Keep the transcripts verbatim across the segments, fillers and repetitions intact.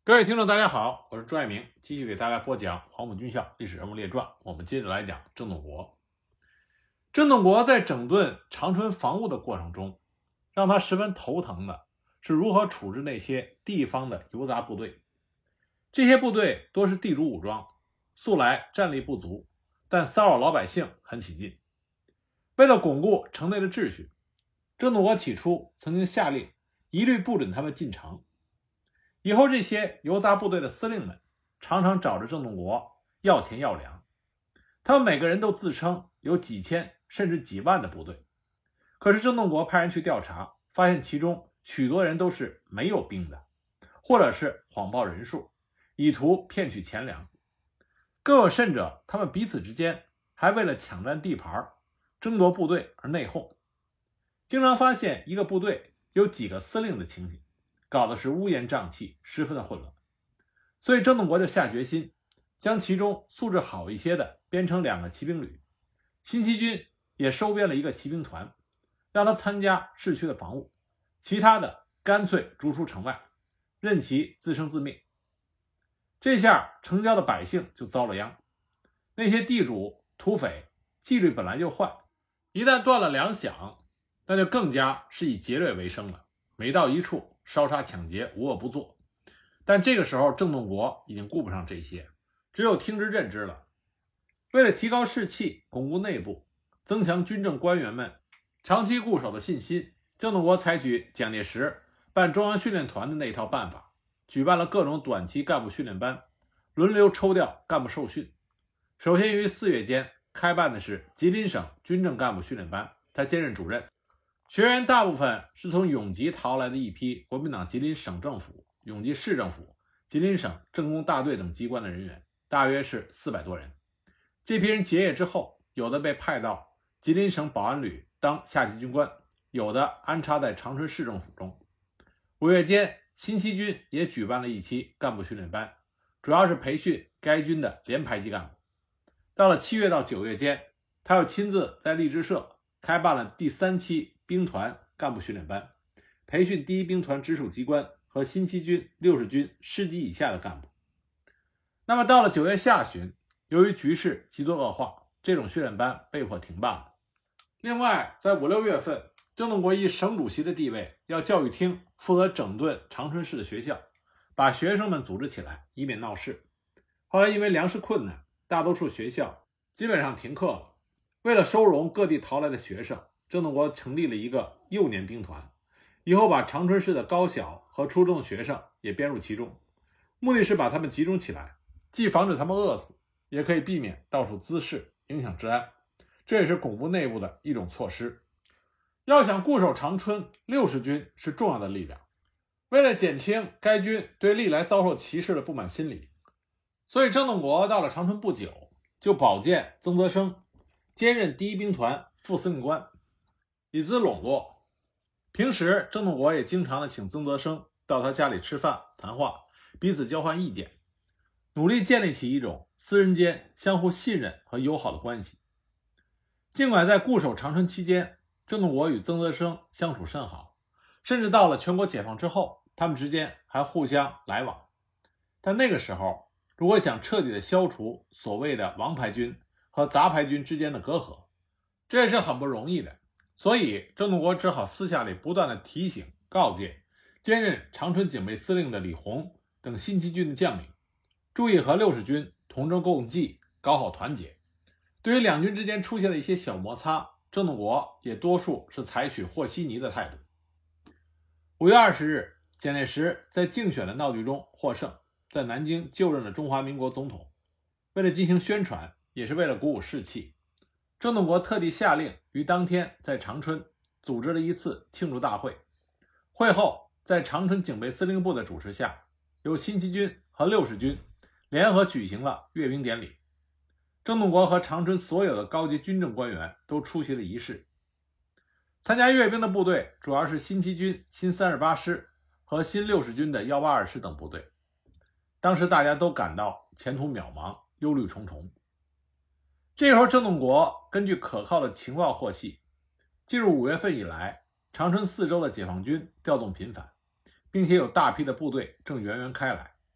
各位听众，大家好，我是朱爱明，继续给大家播讲《黄埔军校历史人物列传》。我们接着来讲郑洞国。郑洞国在整顿长春防务的过程中，让他十分头疼的是如何处置那些地方的游杂部队。这些部队多是地主武装，素来战力不足，但骚扰老百姓很起劲。为了巩固城内的秩序，郑洞国起初曾经下令一律不准他们进城。以后这些游杂部队的司令们常常找着郑洞国要钱要粮，他们每个人都自称有几千甚至几万的部队，可是郑洞国派人去调查，发现其中许多人都是没有兵的，或者是谎报人数，以图骗取钱粮。更有甚者，他们彼此之间还为了抢占地盘、争夺部队而内讧，经常发现一个部队有几个司令的情形，搞的是乌烟瘴气，十分的混乱。所以郑洞国就下决心将其中素质好一些的编成两个骑兵旅，新七军也收编了一个骑兵团，让他参加市区的防务，其他的干脆逐出城外，任其自生自灭。这下城郊的百姓就遭了殃，那些地主土匪纪律本来就坏，一旦断了粮饷，那就更加是以劫掠为生了，每到一处烧杀抢劫，无恶不作。但这个时候郑洞国已经顾不上这些，只有听之任之了。为了提高士气，巩固内部，增强军政官员们长期固守的信心，郑洞国采取蒋介石办中央训练团的那一套办法，举办了各种短期干部训练班，轮流抽调干部受训。首先于四月间开办的是吉林省军政干部训练班，他兼任主任。学员大部分是从永吉逃来的一批国民党吉林省政府、永吉市政府、吉林省政工大队等机关的人员，大约是四百多人。这批人结业之后，有的被派到吉林省保安旅当下级军官，有的安插在长春市政府中。五月间，新七军也举办了一期干部训练班，主要是培训该军的连排级干部。到了七月到九月间，他又亲自在励志社开办了第三期兵团干部训练班，培训第一兵团直属机关和新七军六十军师级以下的干部。那么到了九月下旬，由于局势极度恶化，这种训练班被迫停办了。另外，在五六月份，郑洞国以省主席的地位，要教育厅负责整顿长春市的学校，把学生们组织起来，以免闹事。后来因为粮食困难，大多数学校基本上停课了。为了收容各地逃来的学生，郑洞国成立了一个幼年兵团，以后把长春市的高小和初中的学生也编入其中，目的是把他们集中起来，既防止他们饿死，也可以避免到处滋事，影响治安。这也是巩固内部的一种措施。要想固守长春，六十军是重要的力量。为了减轻该军对历来遭受歧视的不满心理，所以郑洞国到了长春不久，就保荐曾泽生兼任第一兵团副司令官，以资笼络。平时郑洞国也经常的请曾泽生到他家里吃饭谈话，彼此交换意见，努力建立起一种私人间相互信任和友好的关系。尽管在固守长春期间，郑洞国与曾泽生相处甚好，甚至到了全国解放之后，他们之间还互相来往。但那个时候，如果想彻底的消除所谓的王牌军和杂牌军之间的隔阂，这也是很不容易的。所以郑洞国只好私下里不断的提醒告诫兼任长春警备司令的李洪等新七军的将领，注意和六十军同舟共济，搞好团结。对于两军之间出现的一些小摩擦，郑洞国也多数是采取和稀泥的态度。五月二十日，蒋介石在竞选的闹剧中获胜，在南京就任了中华民国总统。为了进行宣传，也是为了鼓舞士气，郑洞国特地下令于当天在长春组织了一次庆祝大会。会后，在长春警备司令部的主持下，由新七军和六十军联合举行了阅兵典礼。郑洞国和长春所有的高级军政官员都出席了仪式。参加阅兵的部队主要是新七军新三十八师和新六十军的一八二师等部队。当时大家都感到前途渺茫，忧虑重重。这时候郑洞国根据可靠的情报获悉，进入五月份以来，长春四周的解放军调动频繁，并且有大批的部队正源源开来。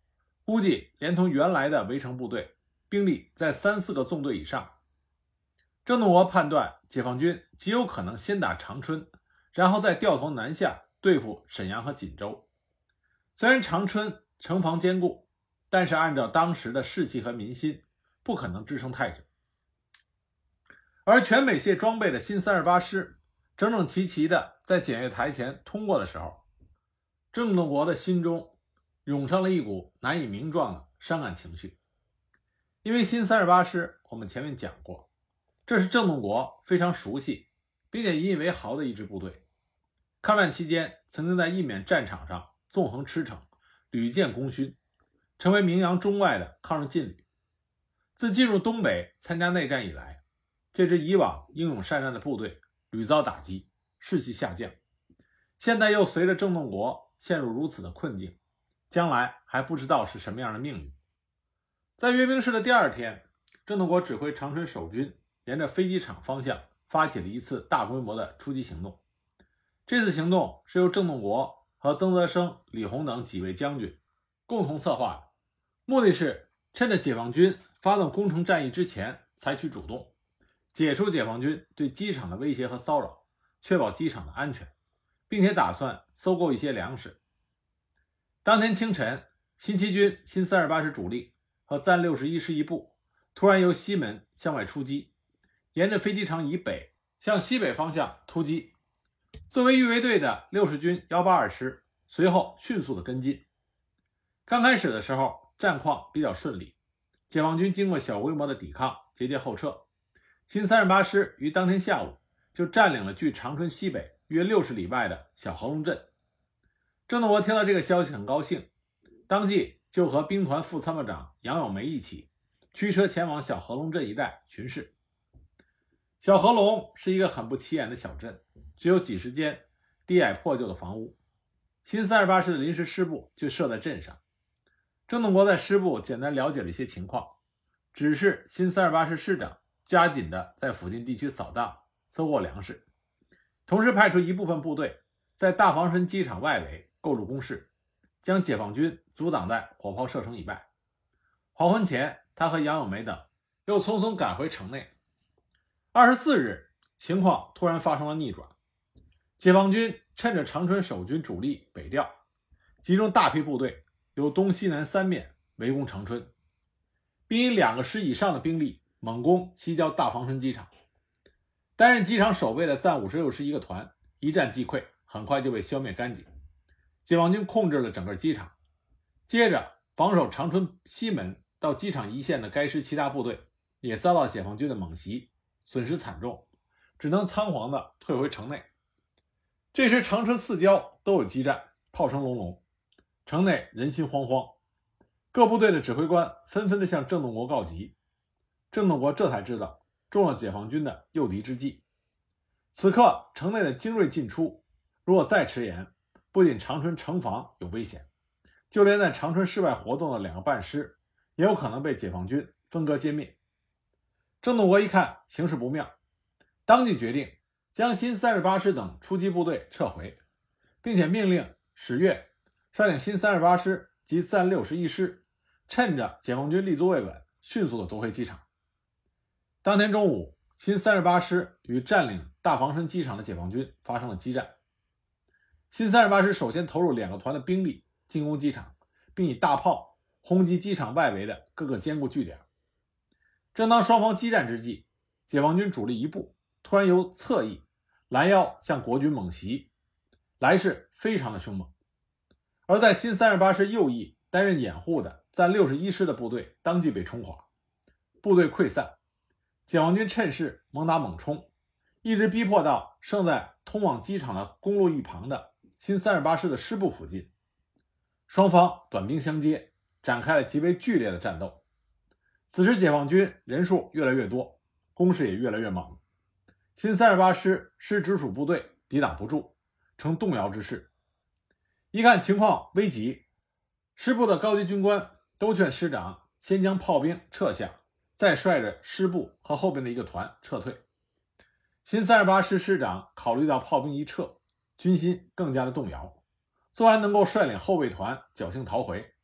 估计连同原来的围城部队，兵力在三四个纵队以上。郑洞国判断解放军极有可能先打长春，然后再掉头南下对付沈阳和锦州。虽然长春城防坚固，但是按照当时的士气和民心，不可能支撑太久。而全美械装备的新三十八师整整齐齐的在检阅台前通过的时候，郑洞国的心中涌上了一股难以名状的伤感情绪。因为新三十八师我们前面讲过，这是郑洞国非常熟悉并且引以为豪的一支部队。抗战期间曾经在印缅战场上纵横驰骋，屡建功勋，成为名扬中外的抗日劲旅。自进入东北参加内战以来，这支以往英勇善战的部队屡遭打击，士气下降，现在又随着郑洞国陷入如此的困境，将来还不知道是什么样的命运。在阅兵式的第二天，郑洞国指挥长春守军沿着飞机场方向发起了一次大规模的出击行动。这次行动是由郑洞国和曾泽生、李洪等几位将军共同策划的，目的是趁着解放军发动攻城战役之前采取主动，解除解放军对机场的威胁和骚扰，确保机场的安全，并且打算搜购一些粮食。当天清晨，新七军新三十八师主力和暂六十一师一部突然由西门向外出击，沿着飞机场以北向西北方向突击。作为预备队的六十军一八二师随后迅速的跟进。刚开始的时候战况比较顺利，解放军经过小规模的抵抗节节后撤。新三十八师于当天下午就占领了距长春西北约六十里外的小合龙镇。郑洞国听到这个消息很高兴，当即就和兵团副参谋长杨友梅一起驱车前往小合龙镇一带巡视。小合龙是一个很不起眼的小镇，只有几十间低矮破旧的房屋。新三十八师的临时师部就设在镇上。郑洞国在师部简单了解了一些情况，指示新三十八师师长加紧的在附近地区扫荡搜获粮食，同时派出一部分部队在大房山机场外围构筑工事，将解放军阻挡在火炮射程以外。黄昏前，他和杨友梅等又匆匆赶回城内。二十四日，情况突然发生了逆转。解放军趁着长春守军主力北调，集中大批部队由东西南三面围攻长春，并以两个师以上的兵力猛攻西郊大房山机场。担任机场守卫的暂五十六师一个团一战即溃，很快就被消灭干净。解放军控制了整个机场。接着防守长春西门到机场一线的该师其他部队也遭到解放军的猛袭，损失惨重，只能仓皇地退回城内。这时长春四郊都有激战，炮声隆隆，城内人心惶惶，各部队的指挥官纷纷地向郑洞国告急。郑洞国这才知道中了解放军的诱敌之计。此刻城内的精锐进出，如果再迟延，不仅长春城防有危险，就连在长春市外活动的两个半师也有可能被解放军分割歼灭。郑洞国一看形势不妙，当即决定将新三十八师等出击部队撤回，并且命令史越率领新三十八师及暂六十一师趁着解放军立足未稳，迅速地夺回机场。当天中午，新三十八师与占领大房山机场的解放军发生了激战。新三十八师首先投入两个团的兵力进攻机场，并以大炮轰击机场外围的各个坚固据点。正当双方激战之际，解放军主力一部突然由侧翼拦腰向国军猛袭，来势非常的凶猛。而在新三十八师右翼担任掩护的暂六十一师的部队当即被冲垮，部队溃散。解放军趁势猛打猛冲，一直逼迫到剩在通往机场的公路一旁的新三十八师的师部附近。双方短兵相接，展开了极为剧烈的战斗。此时解放军人数越来越多，攻势也越来越猛，新三十八师师直属部队抵挡不住，呈动摇之势。一看情况危急，师部的高级军官都劝师长先将炮兵撤下，再率着师部和后边的一个团撤退。新三十八师师长考虑到炮兵一撤，军心更加的动摇，纵然能够率领后备团侥幸逃回，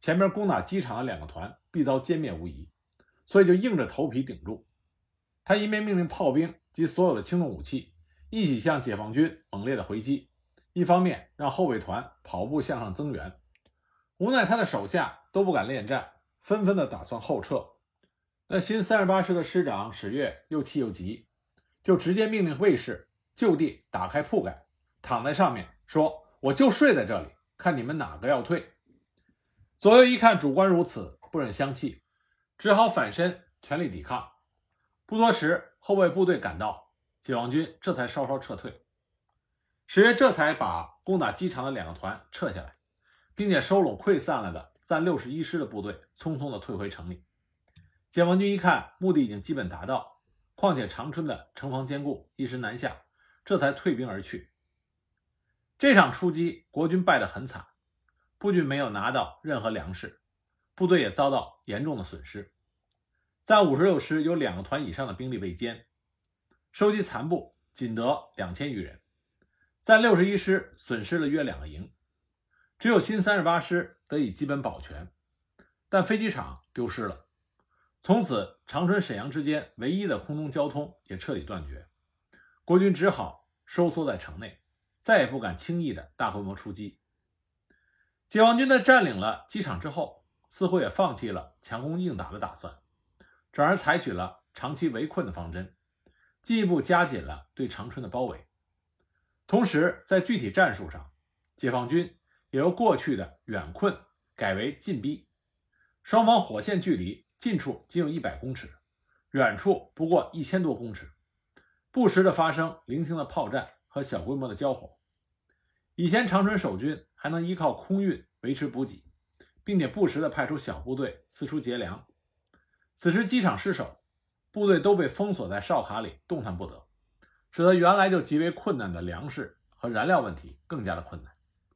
前面攻打机场的两个团必遭歼灭无疑，所以就硬着头皮顶住。他一面命令炮兵及所有的轻重武器一起向解放军猛烈的回击，一方面让后备团跑步向上增援。无奈他的手下都不敢恋战，纷纷的打算后撤。那新三十八师的师长史悦又气又急，就直接命令卫士就地打开铺盖，躺在上面说：“我就睡在这里，看你们哪个要退。”左右一看主官如此，不忍相弃，只好反身全力抵抗。不多时，后卫部队赶到，解放军这才稍稍撤退。史悦这才把攻打机场的两个团撤下来，并且收拢溃散了的暂六十一师的部队，匆匆地退回城里。解放军一看目的已经基本达到，况且长春的城防坚固，一时难下，这才退兵而去。这场出击，国军败得很惨，不仅没有拿到任何粮食，部队也遭到严重的损失。在五十六师有两个团以上的兵力被歼，收集残部仅得两千余人。在六十一师损失了约两个营，只有新三十八师得以基本保全，但飞机场丢失了。从此，长春沈阳之间唯一的空中交通也彻底断绝，国军只好收缩在城内，再也不敢轻易的大规模出击。解放军在占领了机场之后，似乎也放弃了强攻硬打的打算，转而采取了长期围困的方针，进一步加紧了对长春的包围。同时，在具体战术上，解放军也由过去的远困改为近逼，双方火线距离近处仅有一百公尺，远处不过一千多公尺，不时的发生零星的炮战和小规模的交火。以前长春守军还能依靠空运维持补给，并且不时的派出小部队四处劫粮。此时机场失守，部队都被封锁在哨卡里，动弹不得，使得原来就极为困难的粮食和燃料问题更加的困难。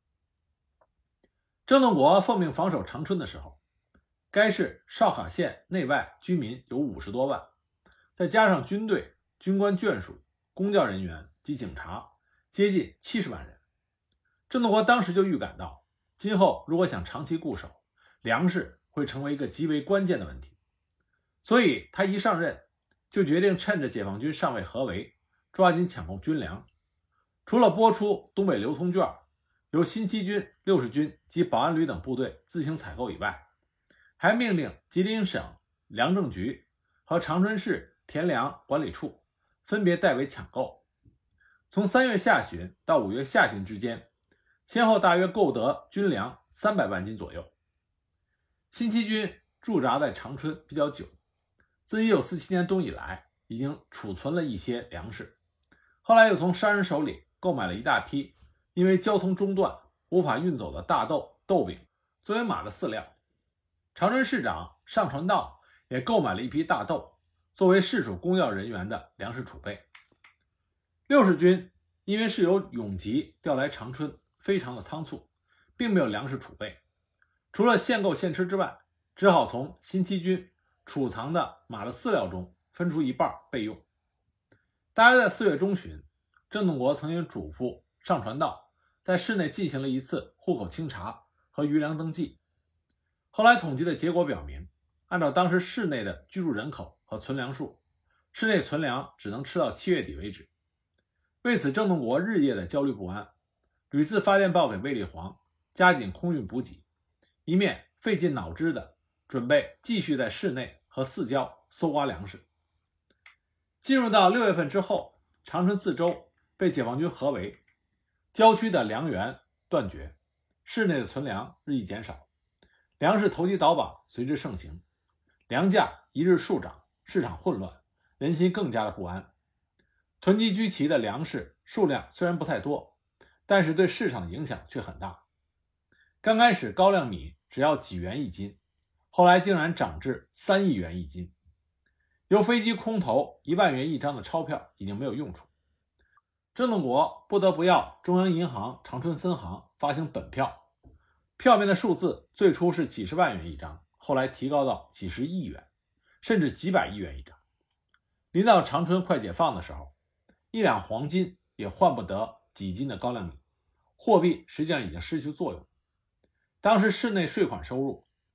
郑洞国奉命防守长春的时候，该市哨卡县内外居民有五十多万，再加上军队、军官眷属、公教人员及警察，接近七十万人。郑洞国当时就预感到，今后如果想长期固守，粮食会成为一个极为关键的问题。所以他一上任就决定趁着解放军尚未合围，抓紧抢购军粮。除了拨出东北流通券，由新七军、六十军及保安旅等部队自行采购以外，还命令吉林省粮政局和长春市田粮管理处分别代为抢购。从三月下旬到五月下旬之间，先后大约购得军粮三百万斤左右。新七军驻扎在长春比较久，自一九四七年冬以来已经储存了一些粮食，后来又从商人手里购买了一大批因为交通中断无法运走的大豆、豆饼作为马的饲料。长春市长上传道也购买了一批大豆，作为市属公教人员的粮食储备。六十军因为是由永吉调来长春，非常的仓促，并没有粮食储备，除了现购现吃之外，只好从新七军储藏的马的饲料中分出一半备用。大约在四月中旬，郑洞国曾经嘱咐上传道在市内进行了一次户口清查和余粮登记。后来统计的结果表明，按照当时市内的居住人口和存粮数，市内存粮只能吃到七月底为止。为此，郑洞国日夜的焦虑不安，屡次发电报给卫立煌，加紧空运补给，一面费尽脑汁的准备继续在市内和四郊搜刮粮食。进入到六月份之后，长春四周被解放军合围，郊区的粮源断绝，市内的存粮日益减少，粮食投机倒把随之盛行，粮价一日数涨，市场混乱，人心更加的不安。囤积居奇的粮食数量虽然不太多，但是对市场的影响却很大。刚开始高粱米只要几元一斤，后来竟然涨至三亿元一斤。由飞机空投一万元一张的钞票已经没有用处，郑洞国不得不要中央银行长春分行发行本票，票面的数字最初是几十万元一张，后来提高到几十亿元，甚至几百亿元一张。临到长春快解放的时候，一两黄金也换不得几斤的高粱米，货币实际上已经失去作用。当时市内税款收入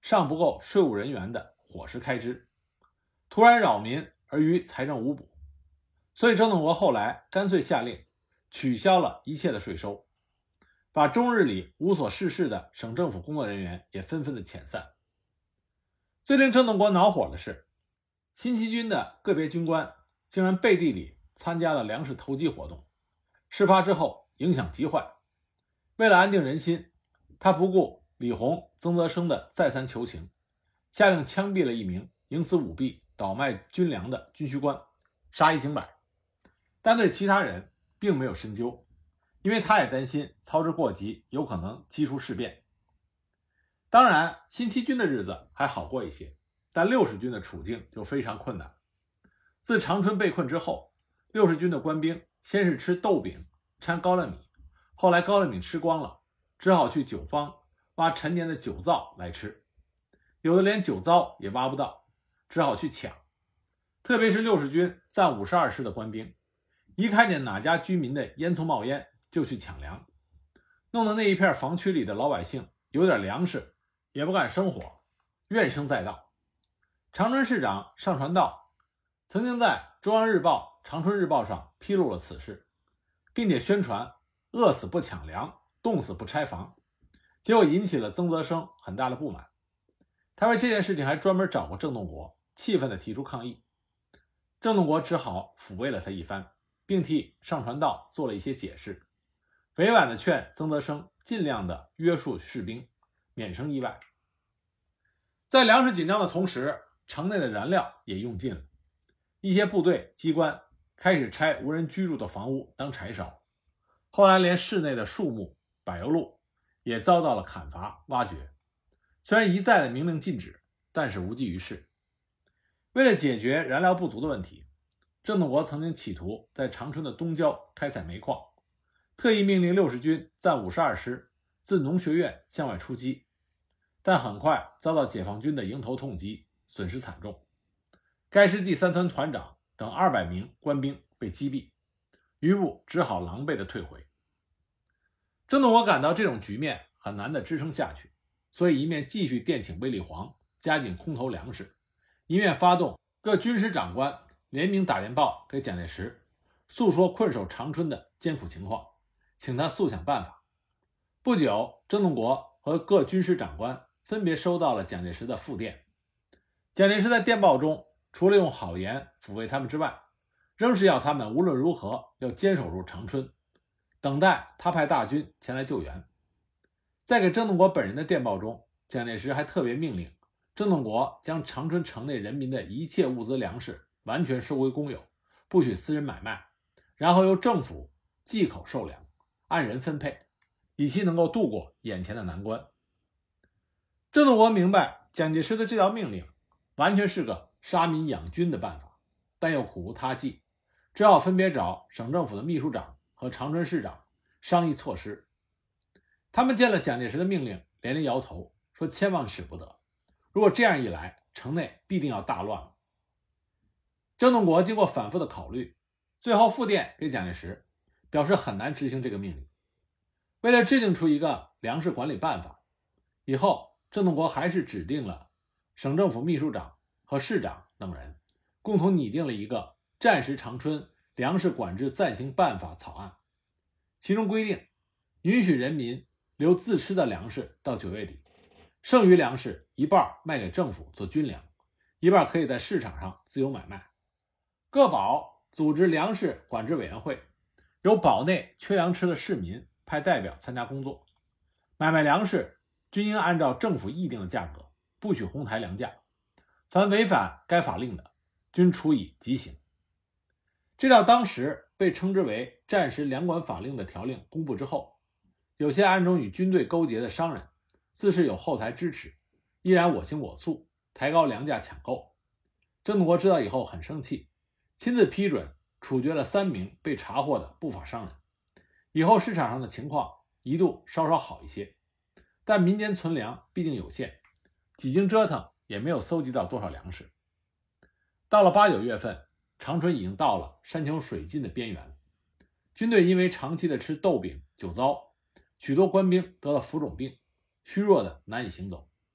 尚不够税务人员的伙食开支，突然扰民而于财政无补，所以郑洞国后来干脆下令取消了一切的税收，把终日里无所事事的省政府工作人员也纷纷的遣散。最令郑洞国恼火的是，新七军的个别军官竟然背地里参加了粮食投机活动，事发之后影响极坏。为了安定人心，他不顾李鸿、曾泽生的再三求情，下令枪毙了一名营私舞弊、倒卖军粮的军需官，杀一儆百。但对其他人并没有深究，因为他也担心操之过急有可能激出事变。当然，新七军的日子还好过一些，但六十军的处境就非常困难。自长春被困之后，六十军的官兵先是吃豆饼掺高粱米，后来高粱米吃光了，只好去酒坊挖陈年的酒糟来吃，有的连酒糟也挖不到，只好去抢。特别是六十军暂五十二师的官兵，一看见哪家居民的烟囱冒烟就去抢粮，弄得那一片房区里的老百姓有点粮食也不敢生火，怨声载道。长春市长上传道曾经在中央日报、长春日报上披露了此事，并且宣传饿死不抢粮，冻死不拆房，结果引起了曾泽生很大的不满。他为这件事情还专门找过郑洞国，气愤地提出抗议。郑洞国只好抚慰了他一番，并替上传道做了一些解释，委婉地劝曾泽生尽量地约束士兵，免生意外。在粮食紧张的同时，城内的燃料也用尽了，一些部队机关开始拆无人居住的房屋当柴烧，后来连室内的树木、柏油路也遭到了砍伐挖掘。虽然一再的明令禁止，但是无济于事。为了解决燃料不足的问题，郑洞国曾经企图在长春的东郊开采煤矿，特意命令六十军暂五十二师自农学院向外出击，但很快遭到解放军的迎头痛击，损失惨重。该师第三团团长等二百名官兵被击毙，余部只好狼狈地退回。郑洞国感到这种局面很难地支撑下去，所以一面继续电请卫立煌加紧空投粮食，一面发动各军师长官联名打电报给蒋介石，诉说困守长春的艰苦情况，请他速想办法。不久，郑洞国和各军师长官分别收到了蒋介石的复电。蒋介石在电报中除了用好言抚慰他们之外，仍是要他们无论如何要坚守住长春，等待他派大军前来救援。在给郑洞国本人的电报中，蒋介石还特别命令郑洞国将长春城内人民的一切物资粮食完全收归公有，不许私人买卖，然后由政府寄口售粮，按人分配，以期能够度过眼前的难关。郑洞国明白蒋介石的这条命令完全是个杀民养军的办法，但又苦无他计，只好分别找省政府的秘书长和长春市长商议措施。他们见了蒋介石的命令，连连摇头，说千万使不得，如果这样一来，城内必定要大乱了。郑洞国经过反复的考虑，最后复电给蒋介石，表示很难执行这个命令。为了制定出一个粮食管理办法，以后郑洞国还是指定了省政府秘书长和市长等人，共同拟定了一个战时长春粮食管制暂行办法草案，其中规定允许人民留自吃的粮食到九月底，剩余粮食一半卖给政府做军粮，一半可以在市场上自由买卖。各保组织粮食管制委员会，由保内缺粮吃的市民派代表参加工作，买卖粮食均应按照政府议定的价格，不许哄抬粮价，凡违反该法令的均处以极刑。这条当时被称之为战时粮管法令的条令公布之后，有些暗中与军队勾结的商人自是有后台支持，依然我行我素，抬高粮价抢购。郑洞国知道以后很生气，亲自批准处决了三名被查获的不法商人。以后市场上的情况一度稍稍好一些，但民间存粮毕竟有限，几经折腾也没有搜集到多少粮食。到了八九月份，长春已经到了山穷水尽的边缘，军队因为长期的吃豆饼酒糟，许多官兵得了浮肿病，虚弱的难以行走。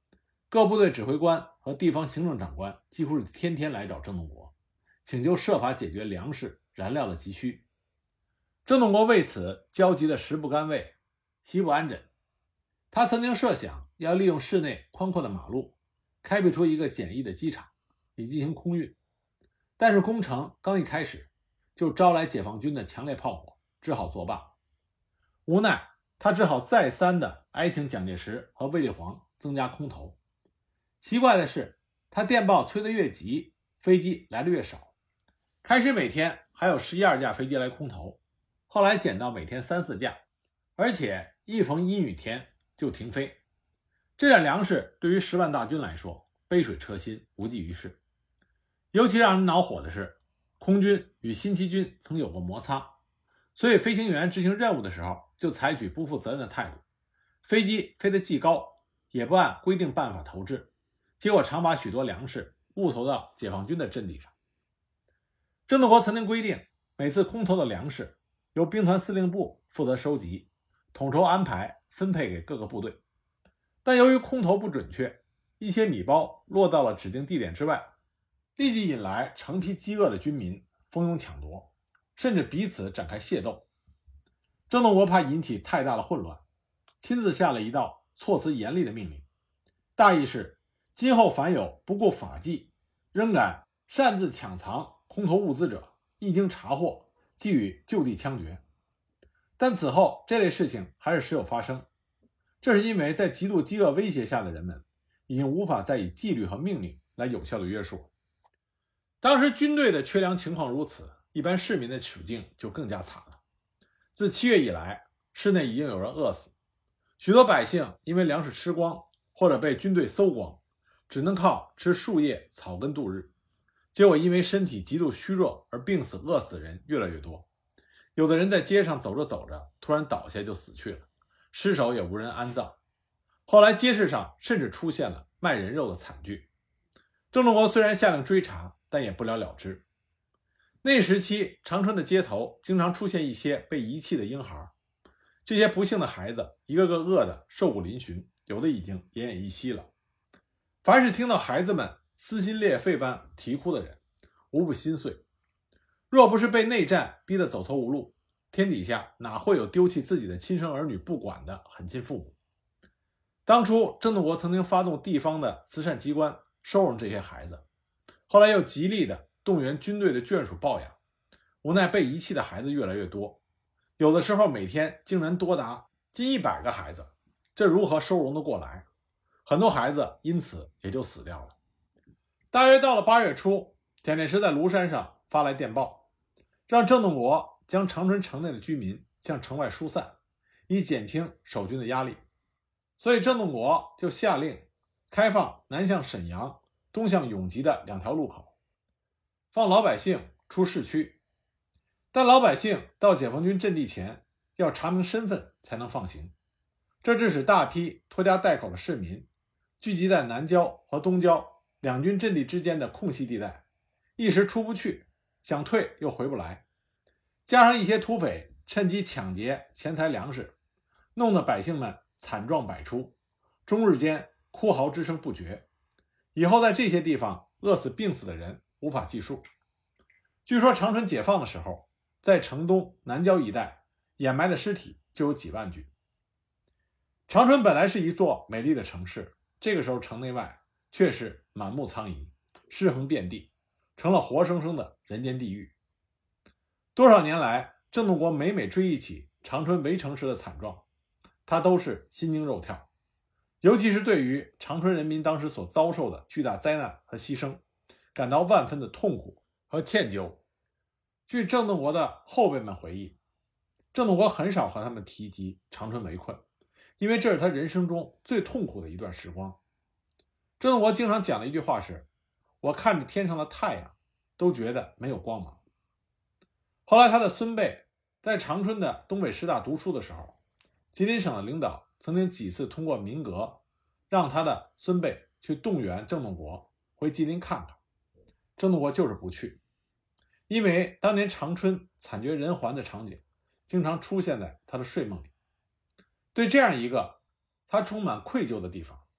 各部队指挥官和地方行政长官几乎是天天来找郑洞国，请求设法解决粮食、燃料的急需。郑洞国为此焦急得食不甘味，席不安枕。他曾经设想要利用市内宽阔的马路，开辟出一个简易的机场，以进行空运。但是工程刚一开始，就招来解放军的强烈炮火，只好作罢。无奈他只好再三地哀请蒋介石和卫立煌增加空投。奇怪的是，他电报催得越急，飞机来得越少。开始每天还有十一二架飞机来空投，后来减到每天三四架，而且一逢阴雨天就停飞。这点粮食对于十万大军来说，杯水车薪，无济于事。尤其让人恼火的是，空军与新七军曾有过摩擦，所以飞行员执行任务的时候就采取不负责任的态度，飞机飞得既高，也不按规定办法投掷，结果常把许多粮食误投到解放军的阵地上。郑洞国曾经规定，每次空投的粮食由兵团司令部负责收集，统筹安排分配给各个部队。但由于空投不准确，一些米包落到了指定地点之外，立即引来成批饥饿的军民蜂拥抢夺，甚至彼此展开械斗。郑洞国怕引起太大的混乱，亲自下了一道措辞严厉的命令，大意是今后凡有不顾法纪，仍敢擅自抢藏空投物资者，一经查获，即予就地枪决。但此后这类事情还是时有发生，这是因为在极度饥饿威胁下的人们已经无法再以纪律和命令来有效的约束。当时军队的缺粮情况如此，一般市民的处境就更加惨了。自七月以来，市内已经有人饿死，许多百姓因为粮食吃光或者被军队搜光，只能靠吃树叶草根度日。结果因为身体极度虚弱而病死饿死的人越来越多，有的人在街上走着走着突然倒下就死去了，尸首也无人安葬。后来街市上甚至出现了卖人肉的惨剧。郑洞国虽然下令追查，但也不了了之。那时期长春的街头经常出现一些被遗弃的婴孩，这些不幸的孩子一个个饿得瘦骨嶙峋，有的已经奄奄一息了。凡是听到孩子们撕心裂肺般啼哭的人，无不心碎。若不是被内战逼得走投无路，天底下哪会有丢弃自己的亲生儿女不管的狠亲父母。当初郑洞国曾经发动地方的慈善机关收容这些孩子，后来又极力的动员军队的眷属抱养，无奈被遗弃的孩子越来越多，有的时候每天竟然多达近一百个孩子，这如何收容得过来？很多孩子因此也就死掉了。大约到了八月初，蒋介石在庐山上发来电报，让郑洞国将长春城内的居民向城外疏散，以减轻守军的压力。所以郑洞国就下令开放南向沈阳、东向永吉的两条路口，放老百姓出市区。但老百姓到解放军阵地前要查明身份才能放行，这致使大批拖家带口的市民聚集在南郊和东郊两军阵地之间的空隙地带，一时出不去，想退又回不来。加上一些土匪趁机抢劫钱财粮食，弄得百姓们惨状百出，终日间哭嚎之声不绝。以后在这些地方饿死病死的人无法计数。据说长春解放的时候，在城东南郊一带掩埋的尸体就有几万具。长春本来是一座美丽的城市，这个时候城内外却是满目苍夷，尸横遍地，成了活生生的人间地狱。多少年来，郑洞国每每追忆起长春围城时的惨状，他都是心惊肉跳，尤其是对于长春人民当时所遭受的巨大灾难和牺牲，感到万分的痛苦和歉疚。据郑洞国的后辈们回忆，郑洞国很少和他们提及长春围困，因为这是他人生中最痛苦的一段时光。郑洞国经常讲的一句话是：我看着天上的太阳都觉得没有光芒。后来他的孙辈在长春的东北师大读书的时候，吉林省的领导曾经几次通过民革让他的孙辈去动员郑洞国回吉林看看，郑洞国就是不去，因为当年长春惨绝人寰的场景经常出现在他的睡梦里。对这样一个他充满愧疚的地方，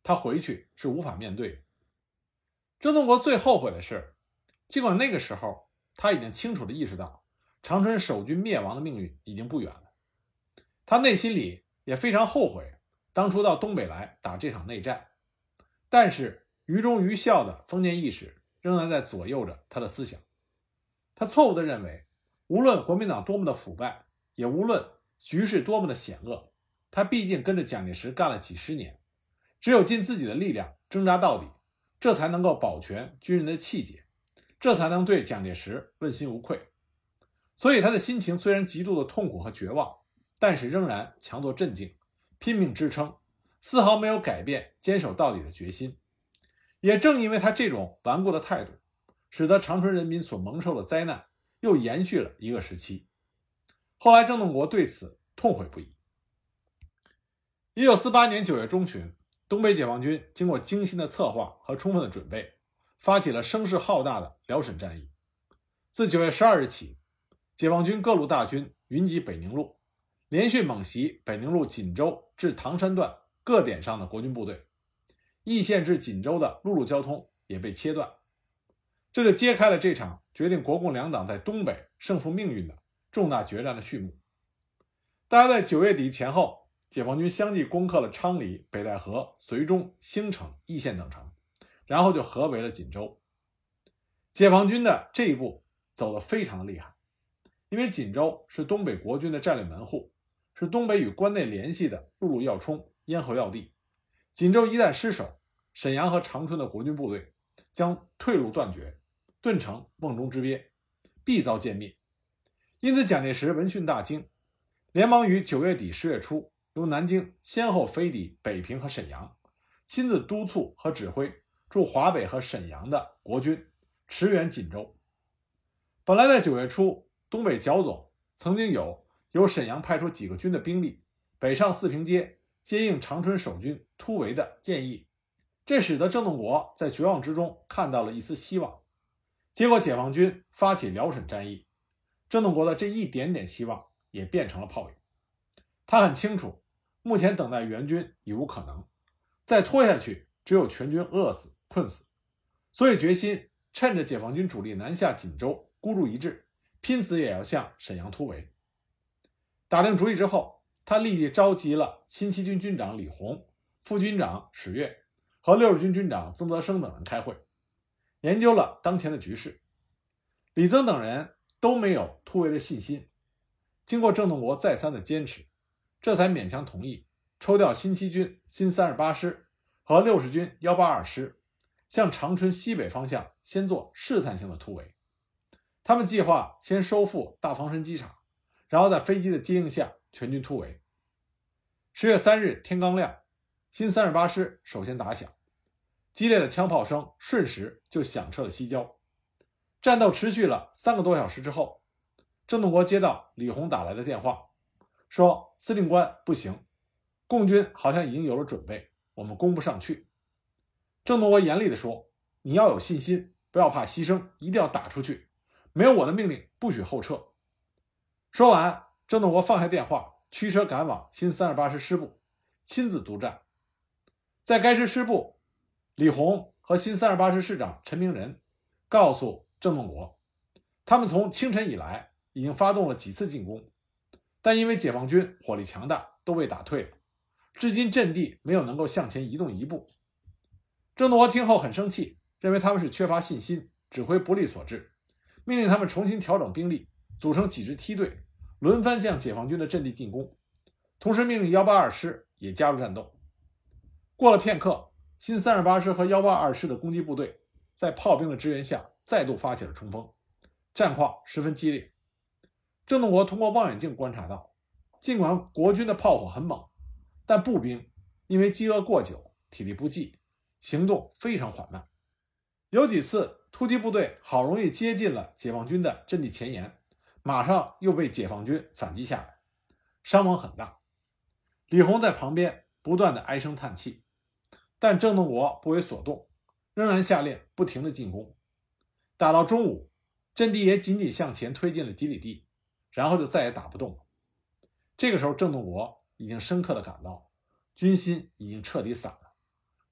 他回去是无法面对的。郑洞国最后悔的是，尽管那个时候他已经清楚地意识到长春守军灭亡的命运已经不远了，他内心里也非常后悔当初到东北来打这场内战，但是于忠于孝的封建意识仍然在左右着他的思想。他错误地认为，无论国民党多么的腐败，也无论局势多么的险恶，他毕竟跟着蒋介石干了几十年，只有尽自己的力量挣扎到底，这才能够保全军人的气节，这才能对蒋介石问心无愧。所以他的心情虽然极度的痛苦和绝望，但是仍然强作镇静，拼命支撑，丝毫没有改变坚守到底的决心。也正因为他这种顽固的态度，使得长春人民所蒙受的灾难又延续了一个时期。后来郑洞国对此痛悔不已。一九四八年九月中旬，东北解放军经过精心的策划和充分的准备，发起了声势浩大的辽沈战役。自九月十二日起，解放军各路大军云集北宁路，连续猛袭北宁路锦州至唐山段各点上的国军部队，义县至锦州的陆路交通也被切断。这就揭开了这场决定国共两党在东北胜负命运的重大决战的序幕。大概在九月底前后，解放军相继攻克了昌黎、北戴河、绥中、兴城、义县等城，然后就合围了锦州。解放军的这一步走得非常的厉害，因为锦州是东北国军的战略门户，是东北与关内联系的陆路要冲、咽喉要地。锦州一旦失守，沈阳和长春的国军部队将退路断绝，顿成瓮中之鳖，必遭歼灭。因此蒋介石闻讯大惊，连忙于九月底十月初由南京先后飞抵北平和沈阳，亲自督促和指挥驻华北和沈阳的国军驰援锦州。本来在九月初，东北剿总曾经有由沈阳派出几个军的兵力北上四平街接应长春守军突围的建议，这使得郑洞国在绝望之中看到了一丝希望。结果解放军发起辽沈战役，郑洞国的这一点点希望也变成了泡影。他很清楚，目前等待援军已无可能，再拖下去只有全军饿死困死，所以决心趁着解放军主力南下锦州，孤注一掷，拼死也要向沈阳突围。打定主意之后，他立即召集了新七军军长李鸿、副军长史岳和六十军军长曾泽生等人开会，研究了当前的局势。李曾等人都没有突围的信心，经过郑洞国再三的坚持，这才勉强同意抽调新七军新三十八师和六十军一八二师向长春西北方向先做试探性的突围。他们计划先收复大房山机场，然后在飞机的接应下全军突围。十月三日天刚亮，新三十八师首先打响，激烈的枪炮声瞬时就响彻了西郊。战斗持续了三个多小时之后，郑洞国接到李鸿打来的电话，说司令官不行，共军好像已经有了准备，我们攻不上去。郑洞国严厉地说，你要有信心，不要怕牺牲，一定要打出去，没有我的命令不许后撤。说完，郑洞国放下电话，驱车赶往新三十八师师部，亲自督战。在该师师部，李鸿和新三十八师师长陈明仁告诉郑洞国，他们从清晨以来已经发动了几次进攻，但因为解放军火力强大，都被打退了，至今阵地没有能够向前移动一步。郑洞国听后很生气，认为他们是缺乏信心，指挥不力所致，命令他们重新调整兵力，组成几支梯队，轮番向解放军的阵地进攻，同时命令一八二师也加入战斗。过了片刻，新三十八师和一八二师的攻击部队在炮兵的支援下再度发起了冲锋，战况十分激烈。郑洞国通过望远镜观察到，尽管国军的炮火很猛，但步兵因为饥饿过久，体力不济，行动非常缓慢。有几次突击部队好容易接近了解放军的阵地前沿，马上又被解放军反击下来，伤亡很大。李鸿在旁边不断的唉声叹气，但郑洞国不为所动，仍然下令不停的进攻。打到中午，阵地也仅仅向前推进了几里地，然后就再也打不动了。这个时候郑洞国已经深刻的感到军心已经彻底散了，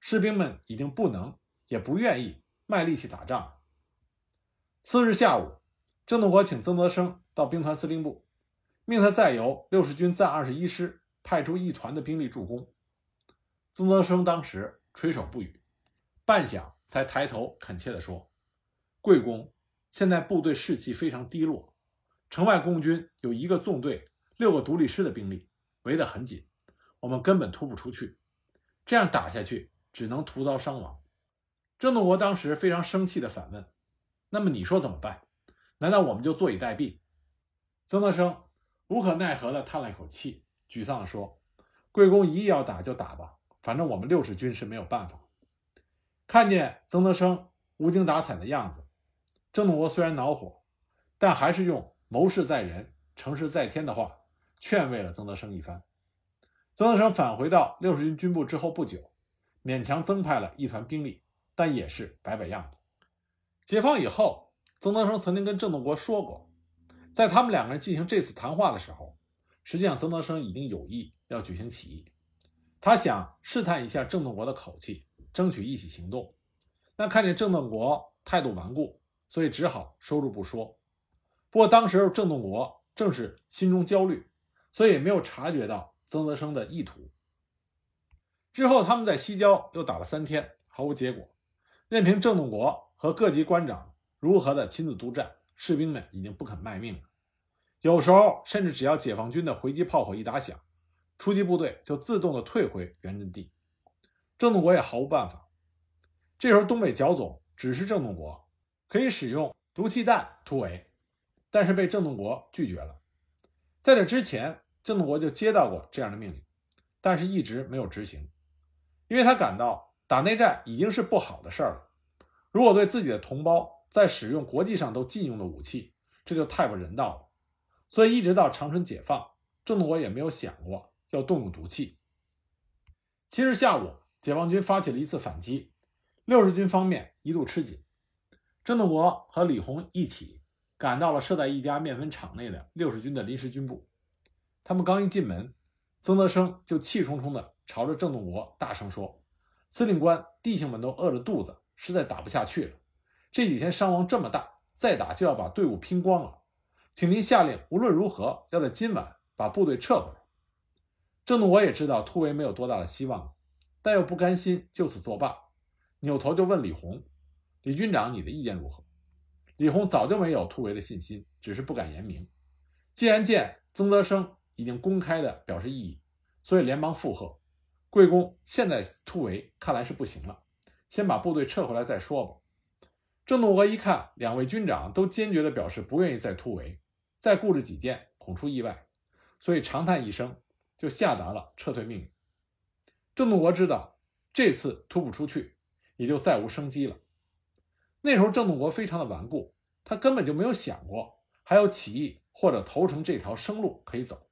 士兵们已经不能也不愿意卖力气打仗了。次日下午，郑洞国请曾泽生到兵团司令部，命他再由六十军暂二十一师派出一团的兵力助攻。曾泽生当时垂首不语，半晌才抬头恳切地说：贵公，现在部队士气非常低落，城外共军有一个纵队六个独立师的兵力，围得很紧，我们根本突不出去，这样打下去只能徒遭伤亡。郑洞国当时非常生气地反问：那么你说怎么办？难道我们就坐以待毙？曾泽生无可奈何地叹了一口气，沮丧地说：贵公一意要打就打吧，反正我们六十军是没有办法。看见曾泽生无精打采的样子，郑洞国虽然恼火，但还是用谋事在人，成事在天的话劝慰了曾泽生一番。曾泽生返回到六十军军部之后不久，勉强增派了一团兵力，但也是摆摆样子。解放以后，曾泽生曾经跟郑洞国说过，在他们两个人进行这次谈话的时候，实际上曾泽生已经有意要举行起义，他想试探一下郑洞国的口气，争取一起行动。那看见郑洞国态度顽固，所以只好收住不说。不过当时郑洞国正是心中焦虑，所以也没有察觉到曾泽生的意图。之后他们在西郊又打了三天，毫无结果，任凭郑洞国和各级官长如何的亲自督战，士兵们已经不肯卖命了。有时候甚至只要解放军的回击炮火一打响，出击部队就自动的退回原阵地。郑洞国也毫无办法。这时候东北剿总指示郑洞国可以使用毒气弹突围，但是被郑洞国拒绝了。在这之前，郑洞国就接到过这样的命令，但是一直没有执行，因为他感到打内战已经是不好的事儿了，如果对自己的同胞再使用国际上都禁用的武器，这就太不人道了。所以一直到长春解放，郑洞国也没有想过要动用毒气。七日下午，解放军发起了一次反击，六十军方面一度吃紧。郑洞国和李鸿一起赶到了设在一家面粉厂内的六十军的临时军部。他们刚一进门，曾泽生就气冲冲地朝着郑洞国大声说：司令官，弟兄们都饿着肚子，实在打不下去了，这几天伤亡这么大，再打就要把队伍拼光了，请您下令无论如何要在今晚把部队撤回来。郑洞国也知道突围没有多大的希望，但又不甘心就此作罢，扭头就问李鸿：李军长，你的意见如何？李鸿早就没有突围的信心，只是不敢言明。既然见曾泽生已经公开的表示异议，所以连忙附和：贵公现在突围看来是不行了，先把部队撤回来再说吧。郑洞国一看两位军长都坚决地表示不愿意再突围，再固执己见恐出意外，所以长叹一声，就下达了撤退命令。郑洞国知道这次突不出去，也就再无生机了。那时候郑洞国非常的顽固，他根本就没有想过还有起义或者投诚这条生路可以走。